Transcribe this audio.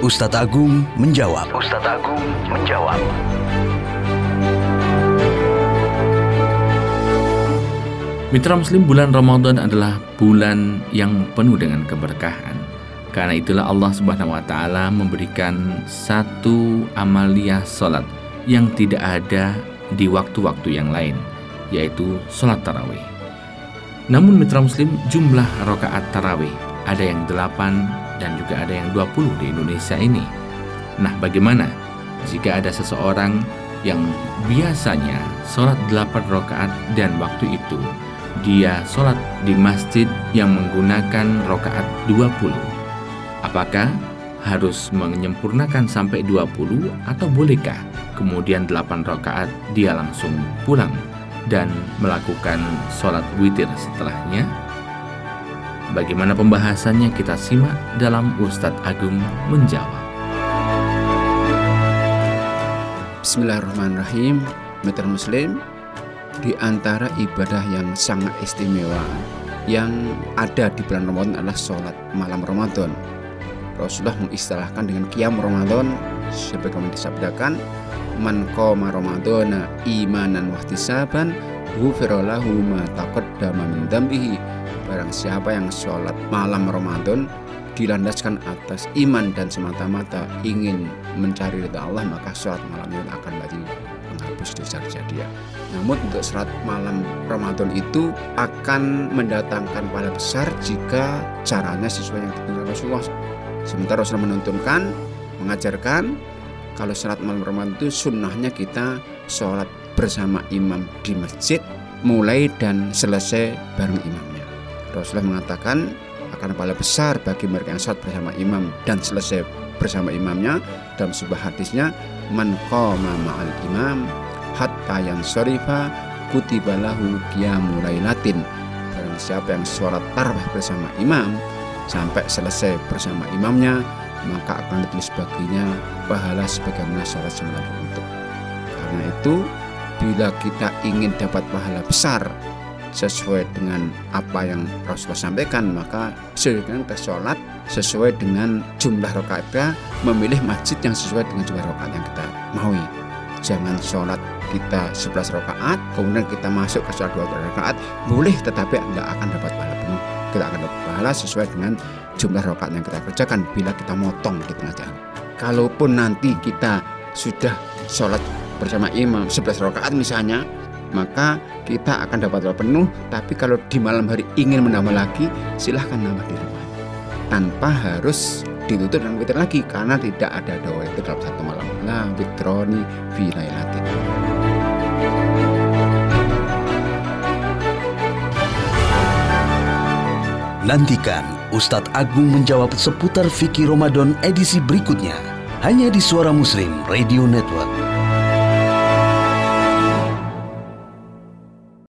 Ustadz Agung menjawab. Ustadz Agung menjawab. Mitra Muslim, bulan Ramadan adalah bulan yang penuh dengan keberkahan. Karena itulah Allah Subhanahu wa Ta'ala memberikan satu amaliyah salat yang tidak ada di waktu-waktu yang lain, yaitu salat tarawih. Namun mitra Muslim, jumlah rakaat tarawih ada yang 8 dan juga ada yang 20 di Indonesia ini. Nah, bagaimana jika ada seseorang yang biasanya sholat 8 rakaat dan waktu itu dia sholat di masjid yang menggunakan rakaat 20? Apakah harus menyempurnakan sampai 20 atau bolehkah kemudian 8 rakaat dia langsung pulang dan melakukan sholat witir setelahnya? Bagaimana pembahasannya, kita simak dalam Ustadz Agung menjawab. Bismillahirrahmanirrahim. Mitra Muslim, di antara ibadah yang sangat istimewa yang ada di bulan Ramadan adalah sholat malam Ramadan. Rasulullah mengistilahkan dengan qiyam Ramadan sebagaimana disabdakan, man qama ramadhana imanan wahtisaban ghufira lahu ma taqaddama min dzambihi. Barang siapa yang sholat malam Ramadan dilandaskan atas iman dan semata-mata ingin mencari ridha Allah, maka sholat malamnya akan bagi menghapus dosa-dosa dia. Namun untuk sholat malam Ramadan itu akan mendatangkan pahala besar jika caranya sesuai yang ditunjukkan Rasulullah. Sementara Rasulullah mengajarkan kalau sholat malam Ramadan itu sunnahnya kita sholat bersama imam di masjid, mulai dan selesai bareng imamnya. Rasulullah mengatakan akan pahala besar bagi mereka yang sholat bersama imam dan selesai bersama imamnya. Dalam sebuah hadisnya, man qama ma'al imam hatta yansarifa kutiba lahu qiyamul lailatin. Barang siapa yang sholat tarawih bersama imam sampai selesai bersama imamnya, maka akan ditulis baginya pahala sebagaimana sholat semalam itu. Karena itu, bila kita ingin dapat pahala besar sesuai dengan apa yang Rasulullah sampaikan, maka sesuai kita sholat sesuai dengan jumlah rakaat kita, memilih masjid yang sesuai dengan jumlah rakaat yang kita maui. Jangan sholat kita 11 rakaat kemudian kita masuk ke sholat 2 rakaat, boleh tetapi tidak akan dapat pahala penuh. Kita akan dapat pahala sesuai dengan jumlah rakaat yang kita kerjakan bila kita motong di tengah jalan. Kalaupun nanti kita sudah sholat bersama imam 11 rakaat misalnya, maka kita akan dapat pahala penuh. Tapi kalau di malam hari ingin menambah lagi, silahkan nambah di rumah tanpa harus ditutup dengan witir lagi, karena tidak ada doa itu dalam satu malam. La witroni fi lailatin. Nantikan Ustadz Agung menjawab seputar fikih Ramadan edisi berikutnya, hanya di Suara Muslim Radio Network.